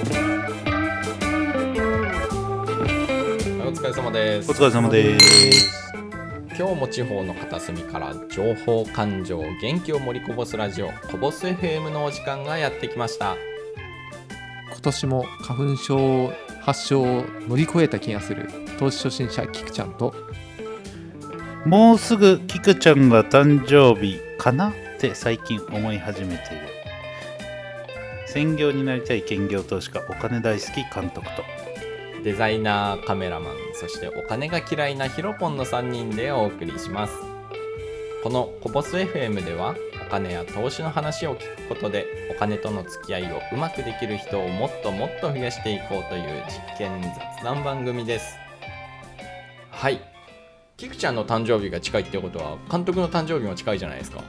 お疲れ様です。 お疲れ様です。 今日も地方の片隅から情報感情元気を盛りこぼすラジオこぼす FM のお時間がやってきました。 今年も花粉症発症を乗り越えた気がする投資初心者キクちゃんと、 もうすぐキクちゃんが誕生日かなって最近思い始めている専業になりたい兼業投資家お金大好き監督と、 デザイナー、カメラマン、そしてお金が嫌いなヒロポンの3人でお送りします。このコボス FM ではお金や投資の話を聞くことでお金との付き合いをうまくできる人をもっともっと増やしていこうという実験雑談番組です。はい、キクちゃんの誕生日が近いってことは監督の誕生日も近いじゃないですか。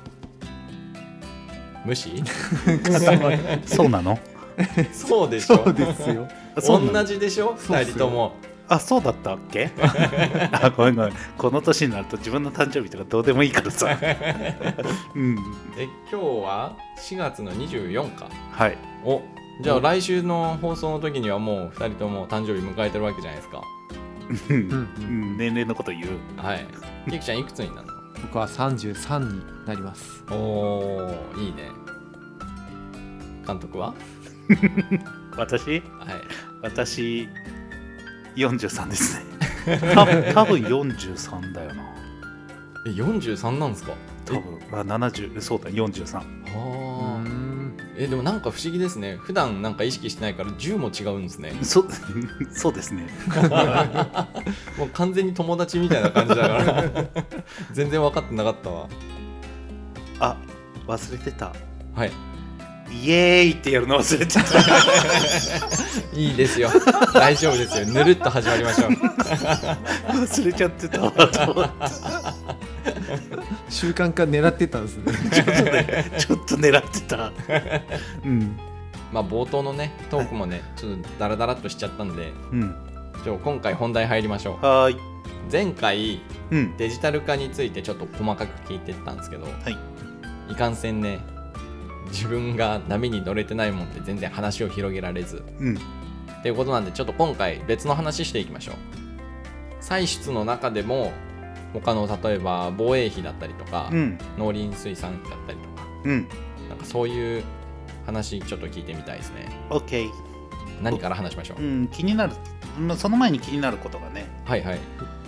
無視そうなのそうでしょ。 そうですよ。 同じでしょ2人とも。 あ、そうだったっけあ、ごめんごめん、この年になると自分の誕生日とかどうでもいいからさ、うん、 今日は4月の24日。 はい。 お、じゃあ来週の放送の時にはもう2人とも誕生日迎えてるわけじゃないですか。 年齢のこと言う。 はい。キクちゃんいくつになるの？ 僕は33になります。 おー、いいね。監督は？ 私？ はい。 私43ですね。多分43だよな。 43なんですか？ 多分70、そうだ、43。 はあ。でもなんか不思議ですね。普段なんか意識してないから10も違うんですね。 そうですね。 もう完全に友達みたいな感じだから全然分かってなかったわ。 あ、忘れてた。 はい。 イエーイってやるの忘れてた。 いいですよ、大丈夫ですよ。ぬるっと始まりましょう。 忘れちゃってたわと思って。 習慣化狙ってたんですね。 ちょっと狙ってた。うん。 まあ冒頭のねトークもね、ちょっとダラダラっとしちゃったんで、 うん、 今回本題入りましょう。 はい。 前回、 うん、 デジタル化についてちょっと細かく聞いてったんですけど、はい、いかんせんね、自分が波に乗れてないもんで全然話を広げられず、っていうことなんで、ちょっと今回別の話していきましょう。歳出の中でも他の例えば防衛費だったりとか、農林水産費だったりとか、なんかそういう話ちょっと聞いてみたいですね。 OK。 何から話しましょう？ 気になる、その前に気になることがね、 はいはい、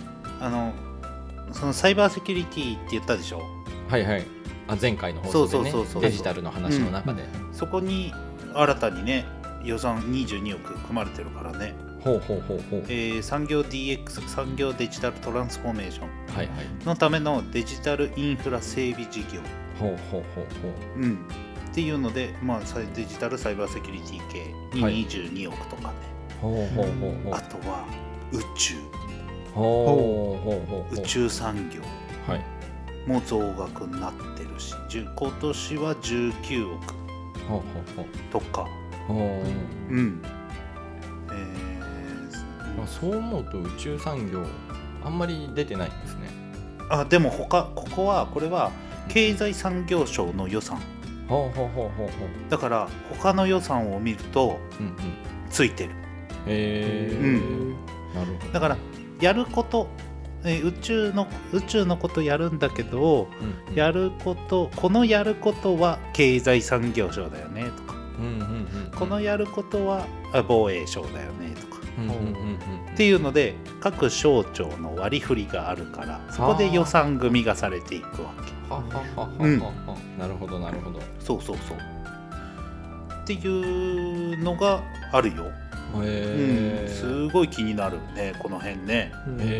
そのサイバーセキュリティって言ったでしょ。はいはい。 前回の放送でね、デジタルの話の中で、 そこに新たにね予算22億組まれてるからね。産業 DX 産業デジタルトランスフォーメーションのためのデジタルインフラ整備事業っていうので、まあ、デジタルサイバーセキュリティ系に22億とかね、あとは宇宙産業も増額になってるし、今年は19億とか。 そう思うと宇宙産業あんまり出てないんですね。 あ、でもこれは経済産業省の予算だから、他の予算を見るとついてる。なるほど。だからやること、宇宙のことやるんだけど、このやることは経済産業省だよねとか、このやることは防衛省だよねとか、っていうので各省庁の割り振りがあるから、そこで予算組みがされていくわけ。 なるほどなるほど。 そうっていうのがあるよ。すごい気になるね、この辺ね。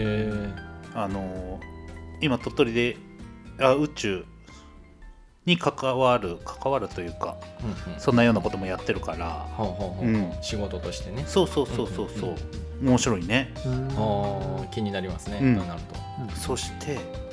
今鳥取で宇宙に関わるというか、そんなようなこともやってるから、 仕事としてね。 そう、面白いね。 気になりますね、となると。 そして、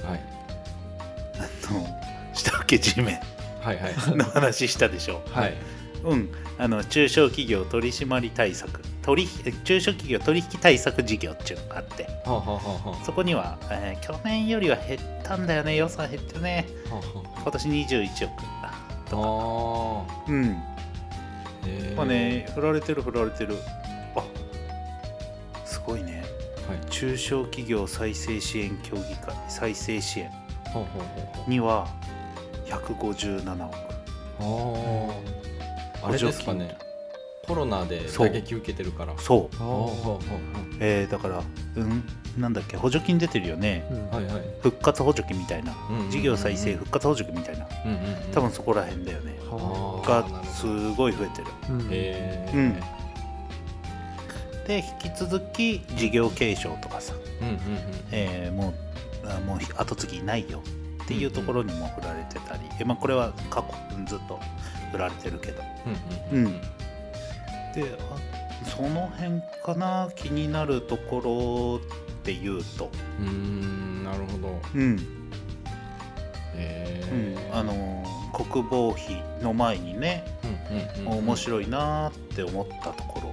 下請け G メンの話したでしょ。中小企業取締対策、中小企業取引対策事業っていうのがあって、そこには、去年よりは減ったんだよね。予算減ってるね。今年21億とか。 まあね、振られてる。あ、すごいね、はい、中小企業再生支援協議会再生支援には157億。 あれですかね、コロナで打撃受けてるから。 そう、だからなんだっけ、補助金出てるよね、復活補助金みたいな、事業再生復活補助金みたいな、多分そこら辺だよね、がすごい増えてる。で引き続き事業継承とかさ、もう後継ぎいないよっていうところにも振られてたり、まあ、これは過去ずっと振られてるけど、でその辺かな、気になるところっていうと、 なるほど。 国防費の前にね、面白いなって思ったところ、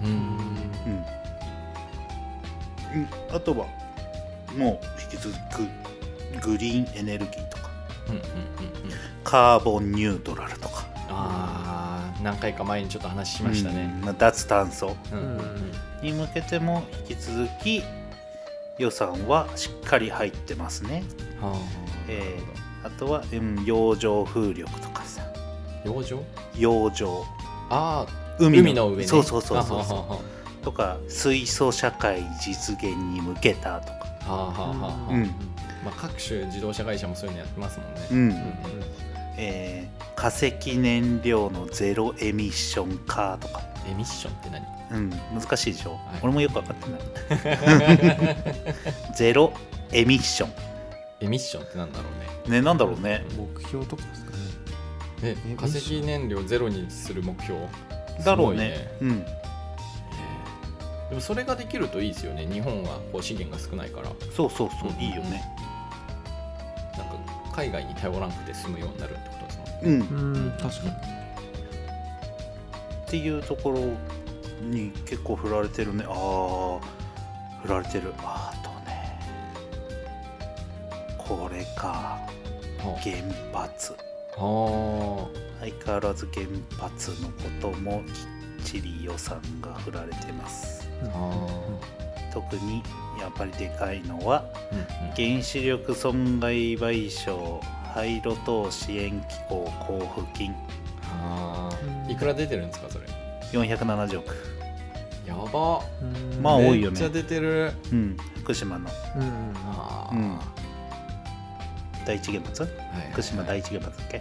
あとはもう引き続くグリーンエネルギーとか、カーボンニュートラルとか、 何回か前にちょっと話しましたね、 脱炭素に向けても引き続き予算はしっかり入ってますね。あとは、洋上風力とかさ。洋上、海の上ね。そうとか、水素社会実現に向けたとか、 各種自動車会社もそういうのやってますもんね。化石燃料のゼロエミッション化とか。 エミッションって何？難しいでしょ、俺もよく分かってないゼロエミッション。 エミッションってなんだろうね。なんだろうね。 目標とかですかね。 化石燃料ゼロにする目標だろうね。 でもそれができるといいですよね。日本は資源が少ないから。 そういいよね。 なんか海外に頼らなくて済むようになるってことですもんね。 確かに。 っていうところに結構振られてるね。振られてる。あとね、これか、原発。相変わらず原発のこともきっちり予算が振られてます。特にやっぱりでかいのは、原子力損害賠償廃炉等支援機構交付金。 いくら出てるんですかそれ ？470億。 やば。 まあ多いよね。 めっちゃ出てる。 福島の第一原発、福島第一原発だっけ。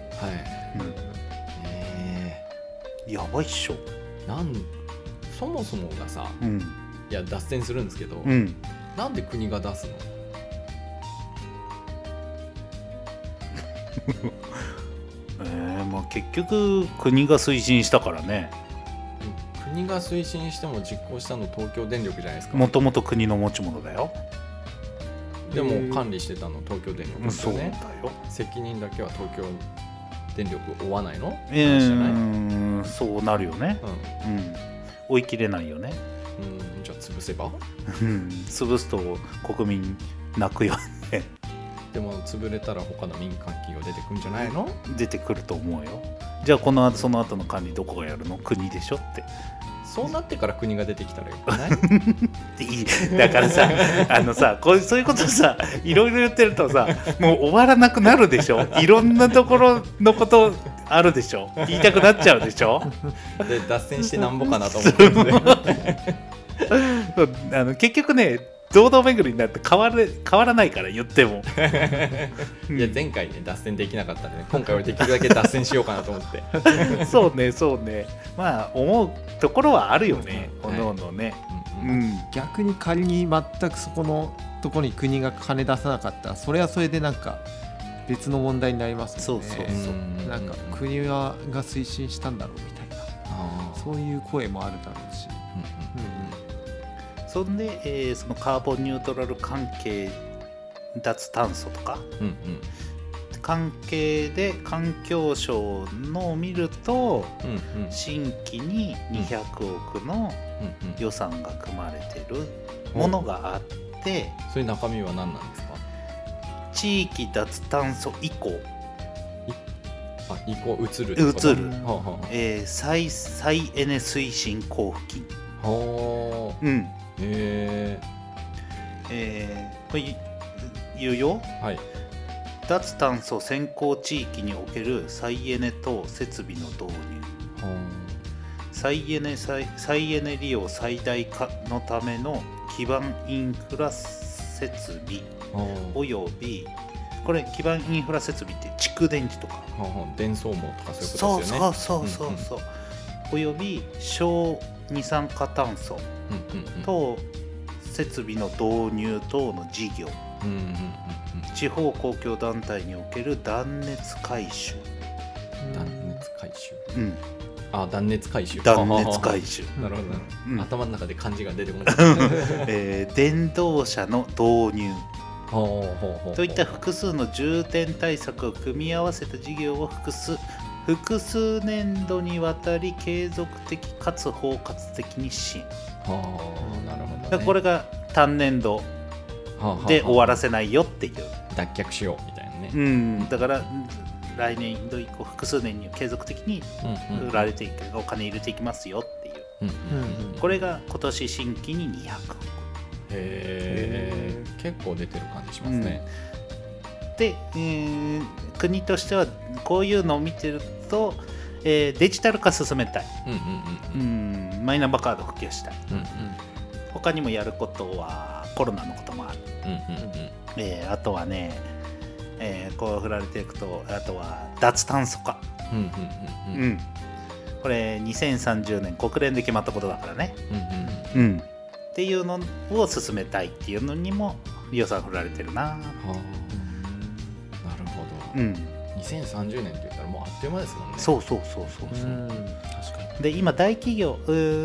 やばいっしょ。 そもそもがさ、いや脱線するんですけど、なんで国が出すの？ まあ、結局国が推進したからね。 国が推進しても実行したの東京電力じゃないですか。 もともと国の持ち物だよ。 でも管理してたの東京電力ですよね。 そうだよ。 責任だけは東京電力負わないの？ そうなるよね。追い切れないよね。 じゃあ潰せば？ 潰すと国民泣くよね。 でも潰れたら他の民間企業出てくるんじゃないの？ 出てくると思うよ。じゃあその後の管理どこがやるの？国でしょって。 そうなってから国が出てきたらよくない？ だからさ、そういうことさ、いろいろ言ってるとさ、もう終わらなくなるでしょ。いろんなところのことあるでしょ。言いたくなっちゃうでしょ。 で脱線してなんぼかなと思って結局ね、堂々巡りになって変わらないから言っても。 いや前回ね脱線できなかったんで、今回はできるだけ脱線しようかなと思って。 そうね。まあ思うところはあるよね。おのおのね。 逆に仮に全くそこのところに国が金出さなかったら、それはそれでなんか別の問題になりますよね。そうなんか国が推進したんだろうみたいな、そういう声もあるだろうし。 そんで、そのカーボンニュートラル関係、脱炭素とか、関係で環境省のを見ると、新規に200億の予算が組まれてるものがあって、 そういう中身は何なんですか？ 地域脱炭素移行移行移るってこと？ 移る、再エネ推進交付金。これ言うよ。はい。脱炭素先行地域における再エネ等設備の導入。再エネ利用最大化のための基盤インフラ設備および、これ基盤インフラ設備って蓄電池とか電送網とかそういうことですよね。 そうおよび小二酸化炭素等設備の導入等の事業、地方公共団体における断熱改修。断熱改修。 なるほど、頭の中で漢字が出てこない。 電動車の導入といった複数の重点対策を組み合わせた事業を複数年度にわたり継続的かつ包括的に支援。 なるほどね。 これが単年度で終わらせないよっていう、 脱却しようみたいなね。 だから来年度以降複数年に継続的に売られていく、お金入れていきますよっていう、これが今年新規に200億。 結構出てる感じしますね。 で、国としてはこういうのを見てると、デジタル化進めたい、マイナンバーカード普及したい、他にもやることはコロナのこともある、あとはね、こう振られていくと、あとは脱炭素化、これ2030年国連で決まったことだからね、っていうのを進めたいっていうのにも予算振られてるな。 なるほど。2030年って言ったらもうあっという間ですもんね。 そう。確かに。で今大企業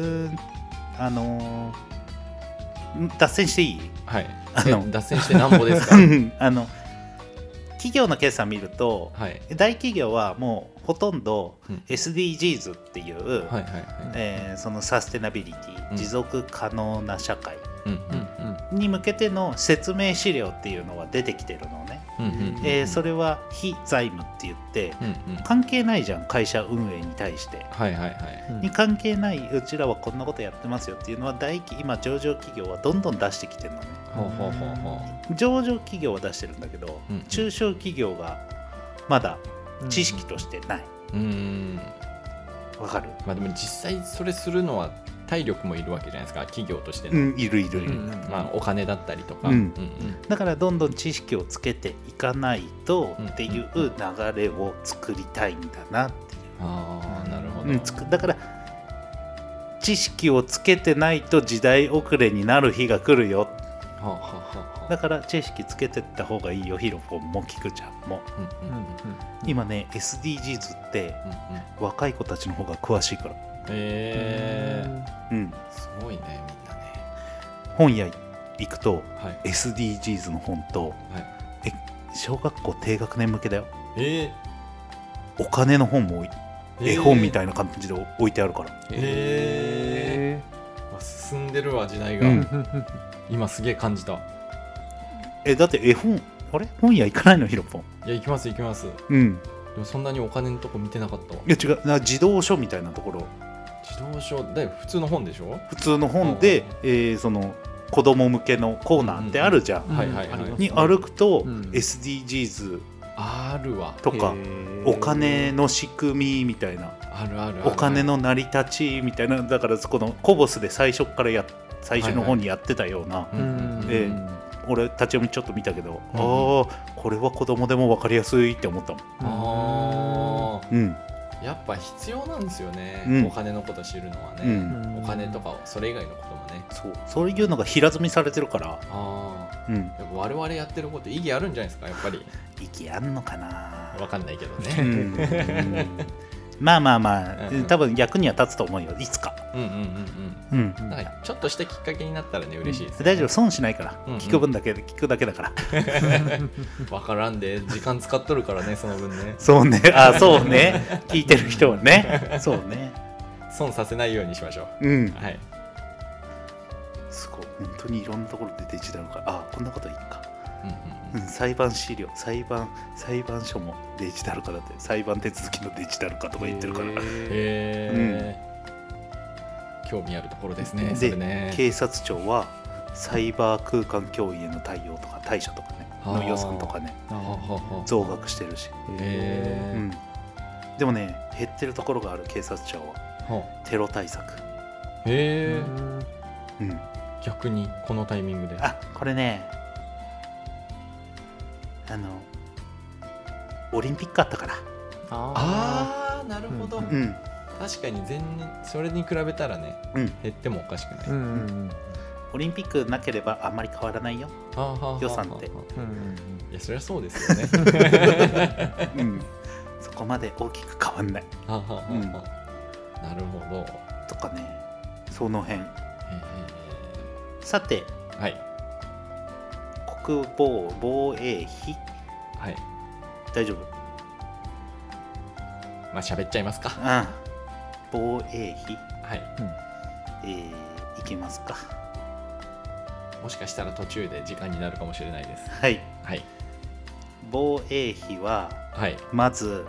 脱線していい？ はい。脱線してなんぼですか？ 企業の決算見ると、大企業はもうほとんど SDGs っていう、そのサステナビリティ、持続可能な社会に向けての説明資料っていうのは出てきてるのね。それは非財務って言って、関係ないじゃん、会社運営に対して、に関係ない、うちらはこんなことやってますよっていうのは今上場企業はどんどん出してきてるのね。上場企業は出してるんだけど、中小企業がまだ知識としてない。わかる？ でも実際それするのは体力もいるわけじゃないですか、企業としての。 いる、 お金だったりとか、 だからどんどん知識をつけていかないとっていう流れを作りたいんだなっていう。 なるほど。 だから知識をつけてないと時代遅れになる日が来るよ。だから知識つけてった方がいいよ、ヒロポンも菊ちゃんも。今ね SDGs って若い子たちの方が詳しいから。 すごいね、みんなね。 本屋行くと、SDGs の本と、小学校低学年向けだよ。お金の本も絵本みたいな感じで置いてあるから。 進んでるわ、時代が。今すげえ感じた。 だって絵本、本屋行かないの、ヒロポン？ いや、行きます。でもそんなにお金のとこ見てなかったわ。 いや違う、児童書みたいなところ。 児童書だよ、普通の本でしょ？ 普通の本で、その子供向けのコーナーってあるじゃん。に歩くと、SDGs あるわとか、お金の仕組みみたいな、お金の成り立ちみたいな、だからこのコボスで最初の本にやってたような、俺立ち読みちょっと見たけど、これは子供でも分かりやすいって思ったもん。 やっぱ必要なんですよね、お金のこと知るのはね、お金とかそれ以外のこともね。 そういうのが平積みされてるから。やっぱ我々やってること意義あるんじゃないですか、やっぱり。 意義あんのかな、 分かんないけどね。 まあ、多分役には立つと思うよ、いつか。 だからちょっとしたきっかけになったらね、嬉しいですね。 大丈夫、損しないから、聞くだけだから。 分からんで、時間使っとるからね、その分ね。 そうね、そうね、聞いてる人はね、そうね。 損させないようにしましょう。はい。 すごい、本当にいろんなところでデジタル化、こんなこといいか。 裁判資料、裁判所もデジタル化だって、裁判手続きのデジタル化とか言ってるから、 興味あるところですね。 で、それね、警察庁はサイバー空間脅威への対応とか対処とかねの予算とかね増額してるし、でもね減ってるところがある。警察庁はテロ対策。 逆にこのタイミングで。 これね、オリンピックあったから。 なるほど。確かにそれに比べたらね、減ってもおかしくない。 オリンピックなければあんまり変わらないよ、予算って。いや、そりゃそうですよね。 そこまで大きく変わんない。 なるほど。 とかね、その辺。さて、国防防衛費、大丈夫？ まあ喋っちゃいますか。 防衛費、いきますか。 もしかしたら途中で時間になるかもしれないです。 防衛費は、まず、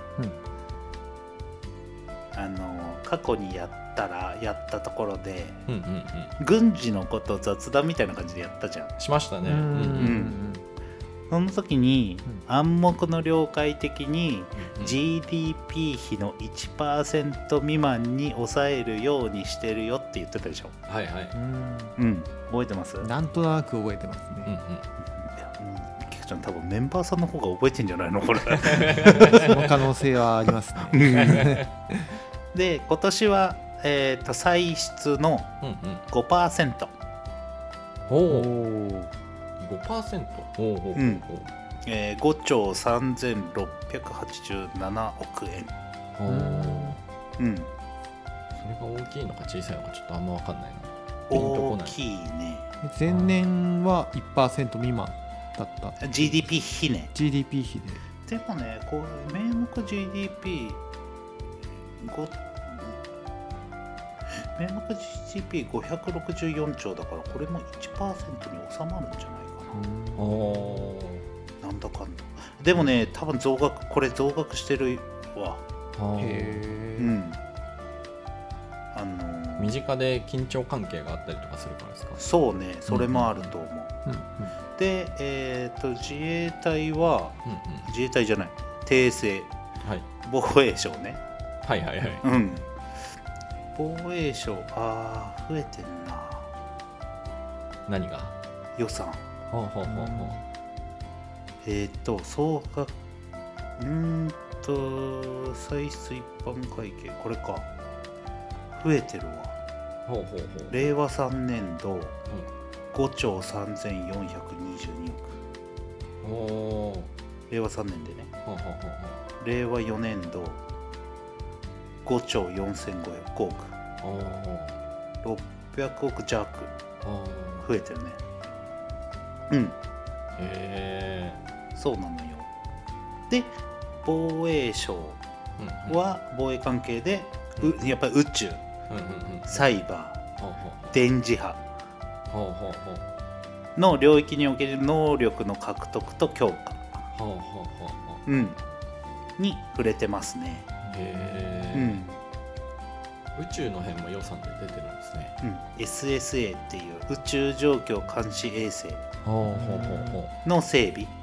過去にやったところで、軍事のこと雑談みたいな感じでやったじゃん。 しましたね。 その時に、暗黙の了解的に GDP 比の 1% 未満に抑えるようにしてるよって言ってたでしょ。覚えてます？ なんとなく覚えてますね。 キクちゃん多分メンバーさんの方が覚えてんじゃないのこれ。その可能性はありますね。 で、今年は、歳出の 5%。 5%、 5兆3687億円。 それが大きいのか小さいのかちょっとあんま分かんないな。 大きいね。 前年は 1% 未満だった。 GDP 比ね。 GDP 比でもね、こう名目 GDP 名目 GDP564 兆だから、これも 1% に収まるんじゃないかな。なんだかんだ。でもね、多分増額してるわ。 身近で緊張関係があったりとかするからですか？ そうね、それもあると思う。で、自衛隊は、自衛隊じゃない、訂正、防衛省ね。防衛省、増えてんな。何が？予算。総額、歳出一般会計、これか。増えてるわ。令和3年度、5兆3422億。令和3年でね。令和4年度、5兆4500億。600億弱。増えてるね。そうなのよ。で、防衛省は防衛関係で、やっぱり宇宙、サイバー、電磁波の領域における能力の獲得と強化に触れてますね。 宇宙の辺も予算で出てるんですね。 SSA っていう宇宙状況監視衛星の整備、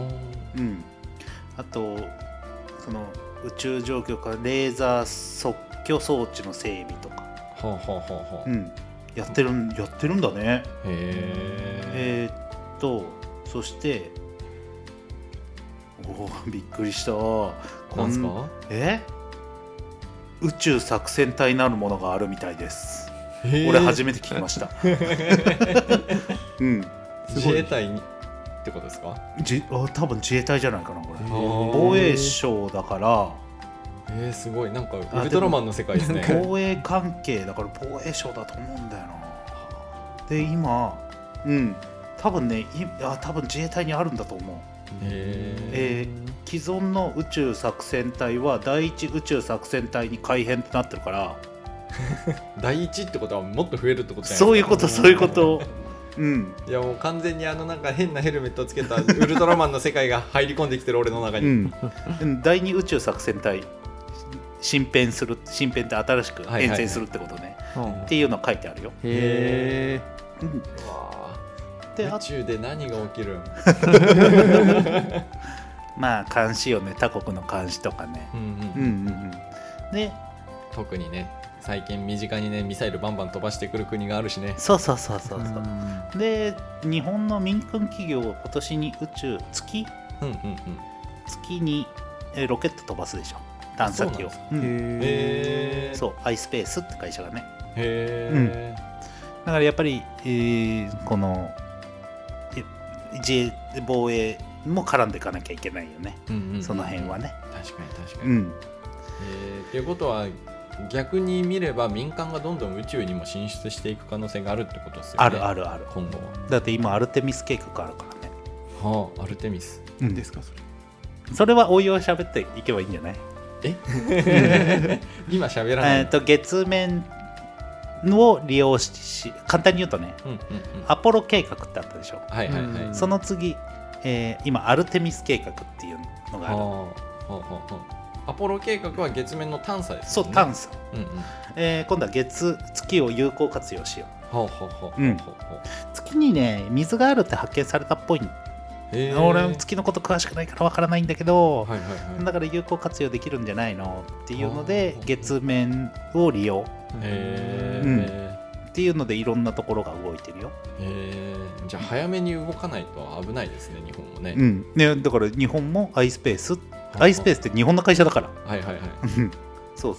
あとその宇宙状況からレーザー測距装置の整備とか、やってるんだね。そしてびっくりした。 なんすか？ 宇宙作戦隊なるものがあるみたいです。俺初めて聞きました。 自衛隊にってことですか？ 多分自衛隊じゃないかなこれ。防衛省だから。 すごい、なんかウルトラマンの世界ですね。 防衛関係だから防衛省だと思うんだよな。で今、多分ね、多分自衛隊にあるんだと思う。既存の宇宙作戦隊は第一宇宙作戦隊に改編ってなってるから。 第一ってことはもっと増えるってことじゃないですか？ そういうこと。 うん、 いやもう完全になんか変なヘルメットをつけたウルトラマンの世界が入り込んできてる俺の中に、 うん、第二宇宙作戦隊新編って新しく編成するってことね、っていうの書いてあるよ。 へえ、うん、で宇宙で何が起きるんまあ監視よね、他国の監視とかね。で特にね最近身近にねミサイルバンバン飛ばしてくる国があるしね。 そうで日本の民間企業は今年に月にロケット飛ばすでしょ、探査機を。そう、アイスペースって会社がね。だからやっぱり、この自衛防衛も絡んでいかなきゃいけないよね、その辺はね。 確かに、っていうことは逆に見れば民間がどんどん宇宙にも進出していく可能性があるってことですよね。 ある今後は。 だって今アルテミス計画あるからね。 アルテミス何ですかそれはおいおい喋っていけばいいんじゃない？ 今喋らない。 月面を利用し、簡単に言うとね、アポロ計画ってあったでしょ。その次、今アルテミス計画っていうのがある。 アポロ計画は月面の探査ですね。 そう、探査。今度は月を有効活用しよう。月にね水があるって発見されたっぽい。俺は月のこと詳しくないからわからないんだけど、だから有効活用できるんじゃないのっていうので月面を利用っていうのでいろんなところが動いてるよ。 じゃあ早めに動かないと危ないですね、日本もね。 だから日本もアイスペースって日本の会社だから。そう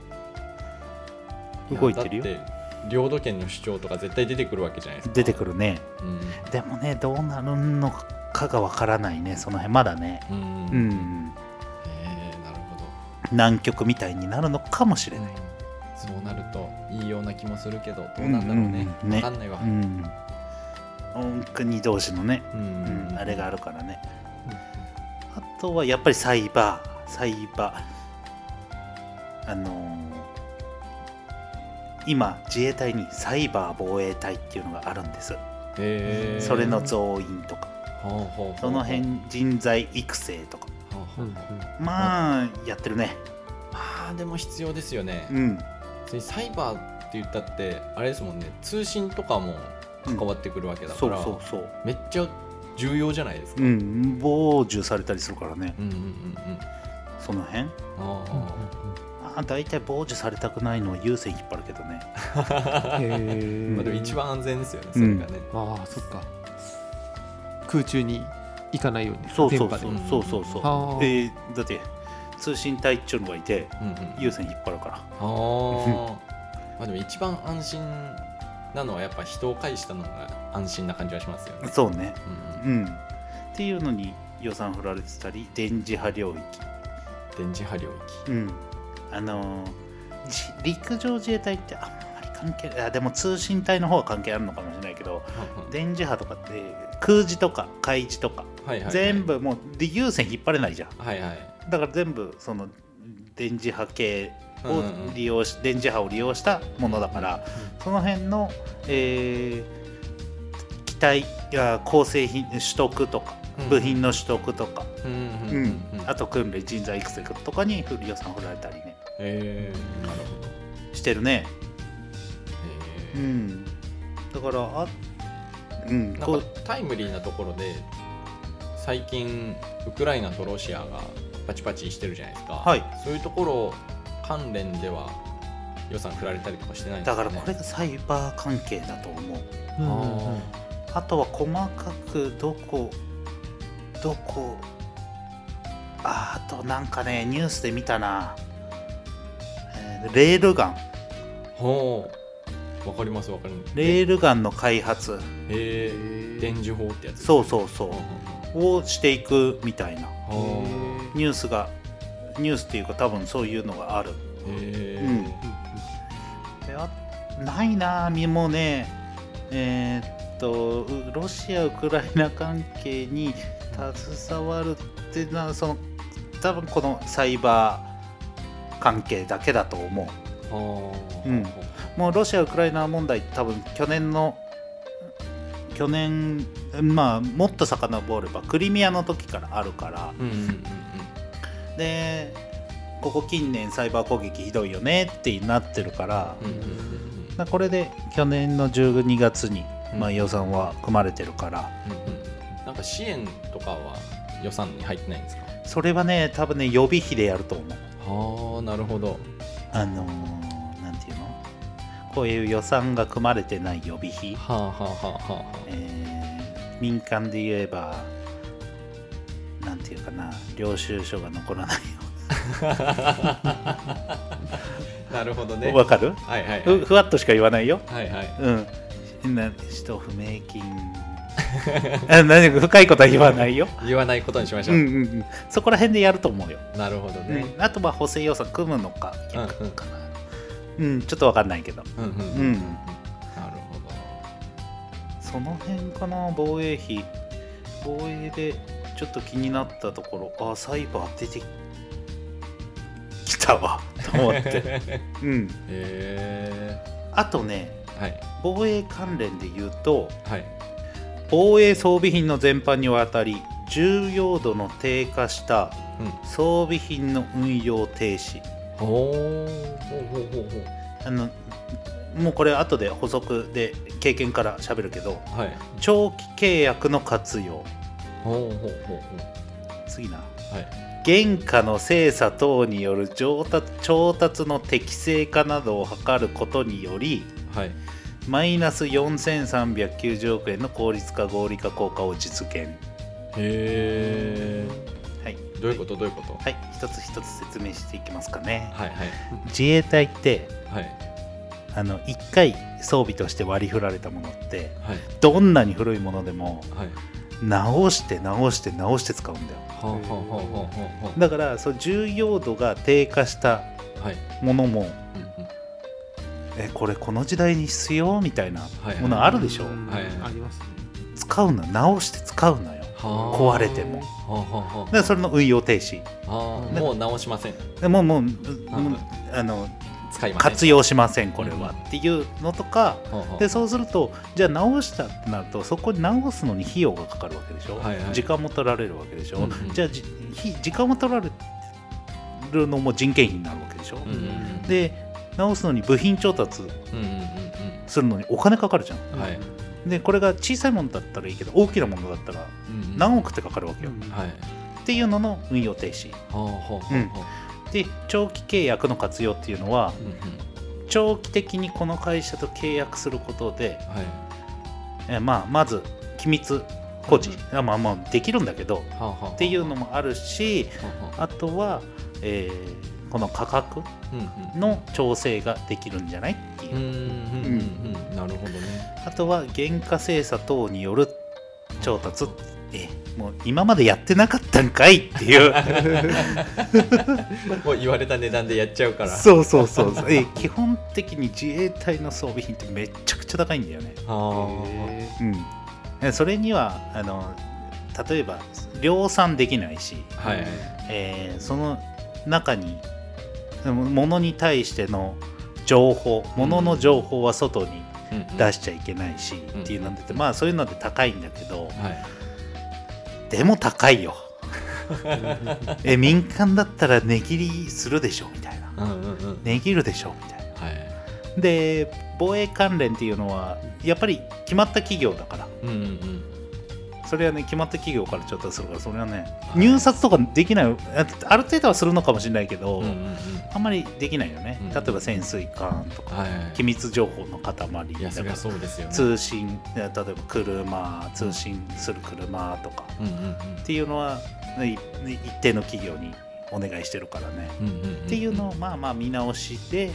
動いてるよ。 だって領土権の主張とか絶対出てくるわけじゃないですか。 出てくるね。でもねどうなるのかがわからないね、その辺まだね。なるほど。南極みたいになるのかもしれない。 そうなるといいような気もするけど、どうなんだろうね。分かんないわ。 国同士のね、あれがあるからね。あとはやっぱりサイバー今自衛隊にサイバー防衛隊っていうのがあるんです。それの増員とかその辺人材育成とかまあやってるね。 まあでも必要ですよね。サイバーって言ったってあれですもんね、通信とかも関わってくるわけだから、めっちゃ重要じゃないですか。 傍受されたりするからね。その辺だいたい傍受されたくないのは有線引っ張るけどね。 でも一番安全ですよね、それがね。 そっか、空中に行かないように。 そうだって通信隊っていうのがいて、有線引っ張るから。 でも一番安心なのはやっぱ人を介したのが安心な感じはしますよね。 そうね。っていうのに予算振られてたり、電磁波領域。陸上自衛隊ってあんまり関係ない。でも通信隊の方は関係あるのかもしれないけど、電磁波とかって空自とか海自とか全部もう有線引っ張れないじゃん。だから全部その電磁波系を利用し、電磁波を利用したものだから、その辺の、機体や構成品取得とか、部品の取得とか、あと訓練人材育成とかに予算振られたりね、してるね。だからなんかタイムリーなところで最近ウクライナとロシアがパチパチしてるじゃないですか。そういうところ関連では予算振られたりとかしてないんですかね。 だからこれがサイバー関係だと思う。あとは細かくどこあとなんかねニュースで見たな、レールガン。 わかります。 レールガンの開発、 電磁砲ってやつ。 そうをしていくみたいなニュースっていうか多分そういうのがある。ないなもうね。ロシアウクライナ関係に携わるって多分このサイバー関係だけだと思う。もうロシアウクライナ問題多分去年の去年まあもっと遡ればクリミアの時からあるから、でここ近年サイバー攻撃ひどいよねってなってるから、これで去年の12月に、まあ、予算は組まれてるから、 なんか支援とかは予算に入ってないんですか？ それはね多分ね予備費でやると思う。 はあ、なるほど。 なんていうの、こういう予算が組まれてない予備費、民間で言えばなんていうかな、領収書が残らないよなるほどね。 わかる？ はいはい、はい、 ふわっとしか言わないよ。 はいはい。 使途不明金何か深いことは言わないよ。 言わないことにしましょう。 そこら辺でやると思うよ。 なるほどね。 あとは補正予算組むのか逆かな。ちょっとわかんないけど。なるほど。その辺かな。防衛費、防衛でちょっと気になったところ、サイバー出てきたわと思って。あとね、防衛関連で言うと、防衛装備品の全般にわたり重要度の低下した装備品の運用停止。もうこれ後で補足で経験から喋るけど、長期契約の活用。次な、原価の精査等による調達の適正化などを図ることにより、マイナス4390億円の効率化合理化効果を実現。 どういうことどういうこと？ 一つ一つ説明していきますかね。自衛隊って、1回装備として割り振られたものって、どんなに古いものでも、直して使うんだよ。だからその重要度が低下したものも、これこの時代に必要みたいなものあるでしょ。 ありますね。 使うの、直して使うのよ、壊れても。だからそれの運用停止。 もう直しません。 もう使いません、 活用しませんこれは、っていうのとかで、そうするとじゃあ直したってなると、そこに直すのに費用がかかるわけでしょ、時間も取られるわけでしょ、じゃあ時間も取られるのも人件費になるわけでしょ、で直すのに部品調達するのにお金かかるじゃん、でこれが小さいものだったらいいけど大きなものだったら何億ってかかるわけよ、っていうのの運用停止。で長期契約の活用っていうのは、長期的にこの会社と契約することで、まず機密保持、できるんだけどっていうのもあるし、あとは、この価格の調整ができるんじゃないっていう。 なるほどね。 あとは原価精査等による調達、もう今までやってなかったんかいっていうもう言われた値段でやっちゃうから。 そう基本的に自衛隊の装備品ってめちゃくちゃ高いんだよね。それには例えば量産できないし、その中に物に対しての情報、物の情報は外に出しちゃいけないしっていうので、そういうので高いんだけど、でも高いよ民間だったら値切りするでしょみたいな、値切るでしょみたいな、で防衛関連っていうのはやっぱり決まった企業だから、それはね決まった企業から調達するから、それはね入札とかできない、ある程度はするのかもしれないけど、あんまりできないよね。例えば潜水艦とか、機密情報の塊だから、通信、例えば車、通信する車とかっていうのは一定の企業にお願いしてるからね、っていうのを見直して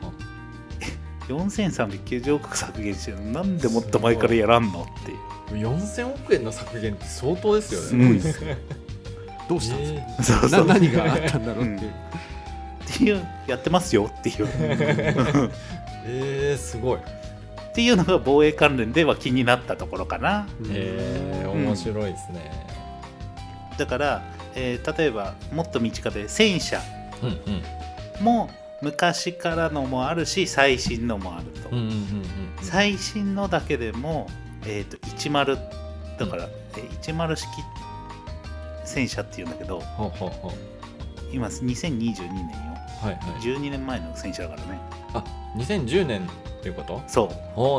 4390億削減してるの、なんでもっと前からやらんのっていう。 4000億円の削減って相当ですよね。 どうしたんですか、何があったんだろうっていう、やってますよっていうすごいっていうのが防衛関連では気になったところかな。 面白いですね。 だから、例えばもっと身近で戦車も昔からのもあるし最新のもあると、最新のだけでも 10だから、10式戦車っていうんだけど、今2022年よ、はいはい、12年前の戦車だからね。 あ、2010年っていうこと？ そう。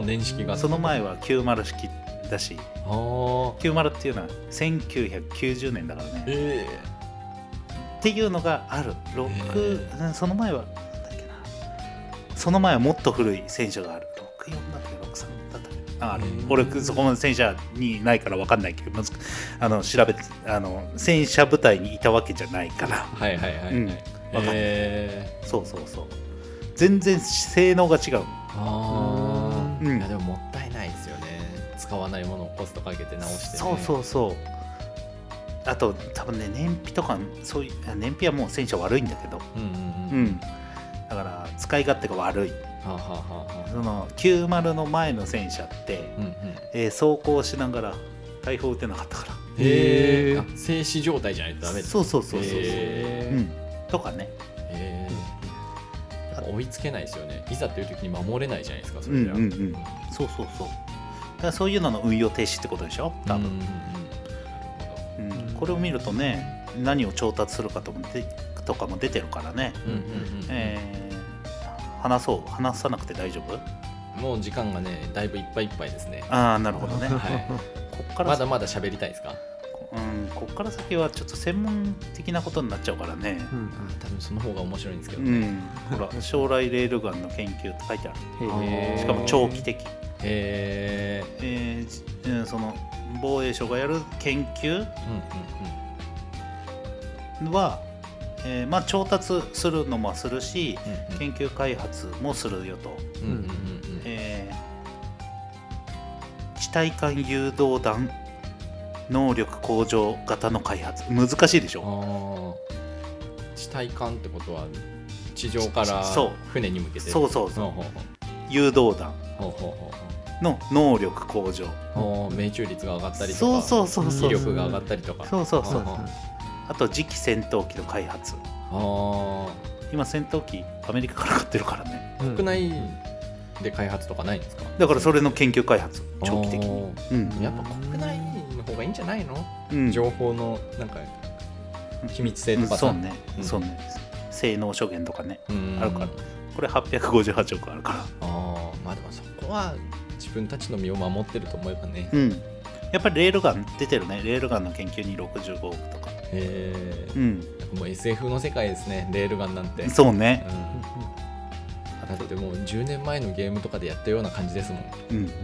年式が。 その前は90式だし、90っていうのは1990年だからね。っていうのがある。その前はなんだっけな。その前はもっと古い戦車がある。64だったっけ、63だったっけ。俺そこまで戦車にないから分かんないけど、調べて戦車部隊にいたわけじゃないから。 はいはいはい、はい、分かんない。 そうそうそう。全然性能が違う。いやでももったいないですよね。使わないものをコストかけて直して、ね。 そう。あと多分ね、燃費とかそういう燃費はもう戦車悪いんだけど、だから使い勝手が悪い。その90の前の戦車って、走行しながら大砲撃てなかったから。 静止状態じゃないとダメ。 そう。とかね。 追いつけないですよね。いざという時に守れないじゃないですか。それじゃ。 そう。だからそういうのの運用停止ってことでしょ。多分。これを見るとね、何を調達するかとかも出てるからね。話さなくて大丈夫？ もう時間がね、だいぶいっぱいいっぱいですね。 なるほどね。こっからまだまだ喋りたいですか？ こっから先はちょっと専門的なことになっちゃうからね。 多分その方が面白いんですけどね。 ほら、将来レールガンの研究って書いてある。しかも長期的。その防衛省がやる研究は、調達するのもするし、研究開発もするよと。地対艦誘導弾能力向上型の開発、難しいでしょ。 地対艦ってことは地上から船に向けて。 そう誘導弾の能力向上、 命中率が上がったりとか、威力が上がったりとか。あと次期戦闘機の開発。今戦闘機アメリカから買ってるからね。 国内で開発とかないんですか？ だからそれの研究開発、長期的に。 やっぱ国内の方がいいんじゃないの？情報のなんか秘密性とかさ。 そうね。性能諸言とかね、あるから。これ858億あるから。 でもそこは自分たちの身を守ってると思えばね。 やっぱりレールガン出てるね。レールガンの研究に65億とか。 もう SF の世界ですね、レールガンなんて。 そうね。 だってもう10年前のゲームとかでやったような感じですもん。 あ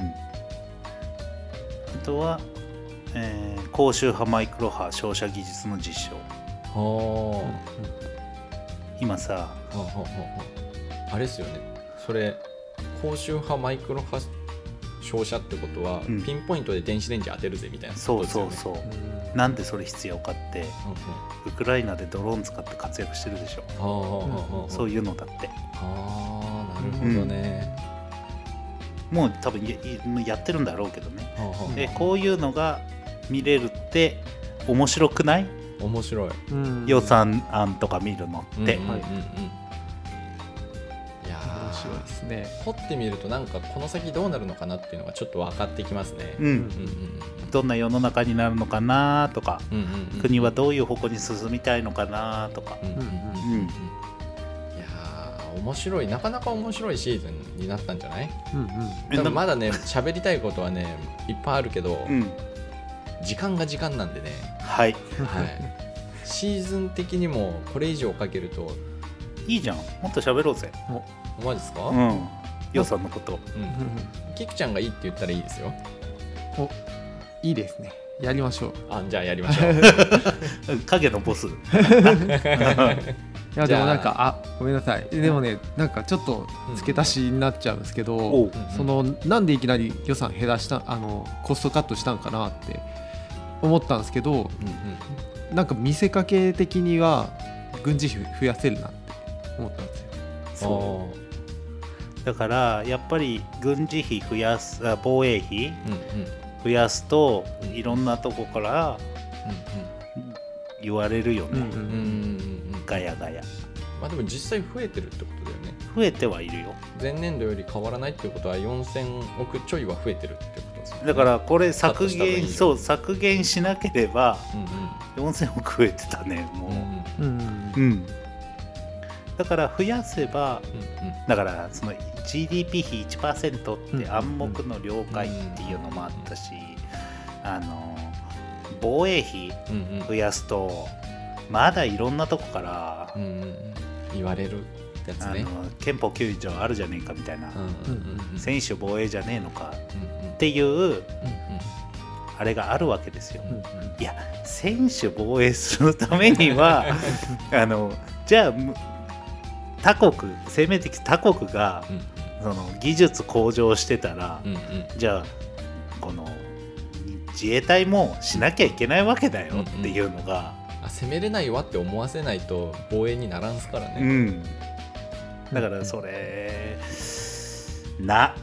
とは、高周波マイクロ波照射技術の実証。今さ、 あれですよね。それ高周波マイクロ波照射ってことは、ピンポイントで電子レンジ当てるぜみたいなことですよね。 そうなんでそれ必要かって、ウクライナでドローン使って活躍してるでしょ。そういうのだって。 なるほどね。 もう多分 やってるんだろうけどね。こういうのが見れるって面白くない？ 面白い。 予算案とか見るのって。 面白いですね。 掘ってみるとなんかこの先どうなるのかなっていうのがちょっと分かってきますね。 どんな世の中になるのかなとか、国はどういう方向に進みたいのかなとか。 面白い、なかなか面白いシーズンになったんじゃない？多分まだね、喋りたいことはねいっぱいあるけど、時間が時間なんでね。シーズン的にもこれ以上かけるといいじゃん。もっと喋ろうぜ。 マジですか？ 予算のこと。 キクちゃんがいいって言ったらいいですよ。 いいですね。やりましょう。 じゃあやりましょう。 影のボス。 いやでもなんかごめんなさい。でもね、なんかちょっと付け足しになっちゃうんですけど、なんでいきなり予算減らしたコストカットしたんかなって思ったんですけど、なんか見せかけ的には軍事費増やせるなって思ったんですよ。 だからやっぱり軍事費増やす、防衛費増やすといろんなとこから言われるよね。ガヤガヤ。 でも実際増えてるってことだよね。 増えてはいるよ。 前年度より変わらないっていうことは4000億ちょいは増えてるってことですよね。 だからこれ削減しなければ4000億増えてたねもう、だから増やせば、だからその GDP 比 1% って暗黙の了解っていうのもあったし、防衛費増やすとまだいろんなとこから、 言われるやつね、 憲法9条あるじゃねえかみたいな、専守防衛じゃねえのかっていう、あれがあるわけですよ。いや専守防衛するためにはじゃあ生命的他国が、その技術向上してたら、じゃあこの自衛隊もしなきゃいけないわけだよっていうのが、 攻めれないわって思わせないと防衛にならんすからね、 だからそれだ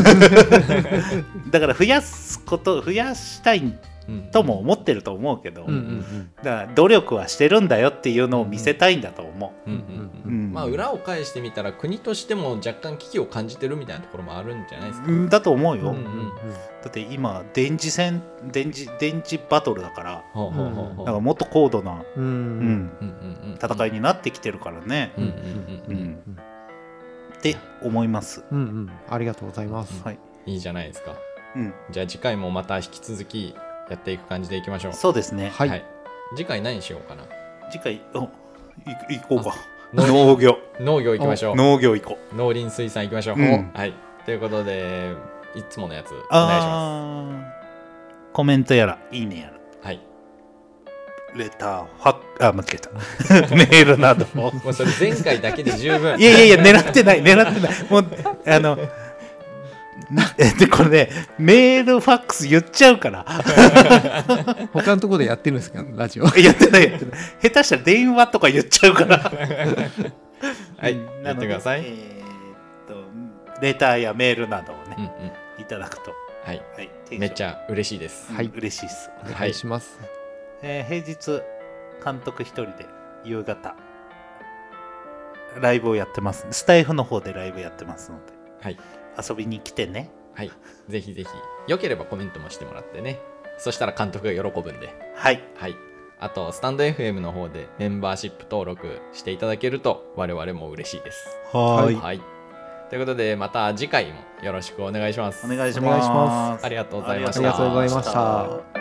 から増やしたいとも思ってると思うけど、だから努力はしてるんだよっていうのを見せたいんだと思う。 まあ裏を返してみたら国としても若干危機を感じてるみたいなところもあるんじゃないですか。 だと思うよ、だって今電磁バトルだから、だからもっと高度な戦いになってきてるからねって思います。 ありがとうございます。 いいじゃないですか。じゃあ次回もまた引き続きやっていく感じでいきましょう。 そうですね。 はい。次回何しようかな。 次回行こうか。農業行きましょう。 農業行こう。農林水産行きましょう。はい。ということでいつものやつお願いします。 コメントやらいいねやら。 はい。 レター間違えたメールなどもうそれ前回だけで十分。 いや狙ってないもうでこれねメールファックス言っちゃうから他のところでやってるんですかラジオ。 やってない下手したら電話とか言っちゃうからはいやってください。 レターやメールなどをね、いただくと、 めっちゃ嬉しいです。 嬉しいです。 お願いします。 平日監督一人で夕方ライブをやってます。スタイフの方でライブやってますので、遊びに来てね。 ぜひぜひよければコメントもしてもらってね。そしたら監督が喜ぶんで。あとスタンド FM の方でメンバーシップ登録していただけると我々も嬉しいです。ということでまた次回もよろしくお願いします。 お願いします。 ありがとうございました。 ありがとうございました。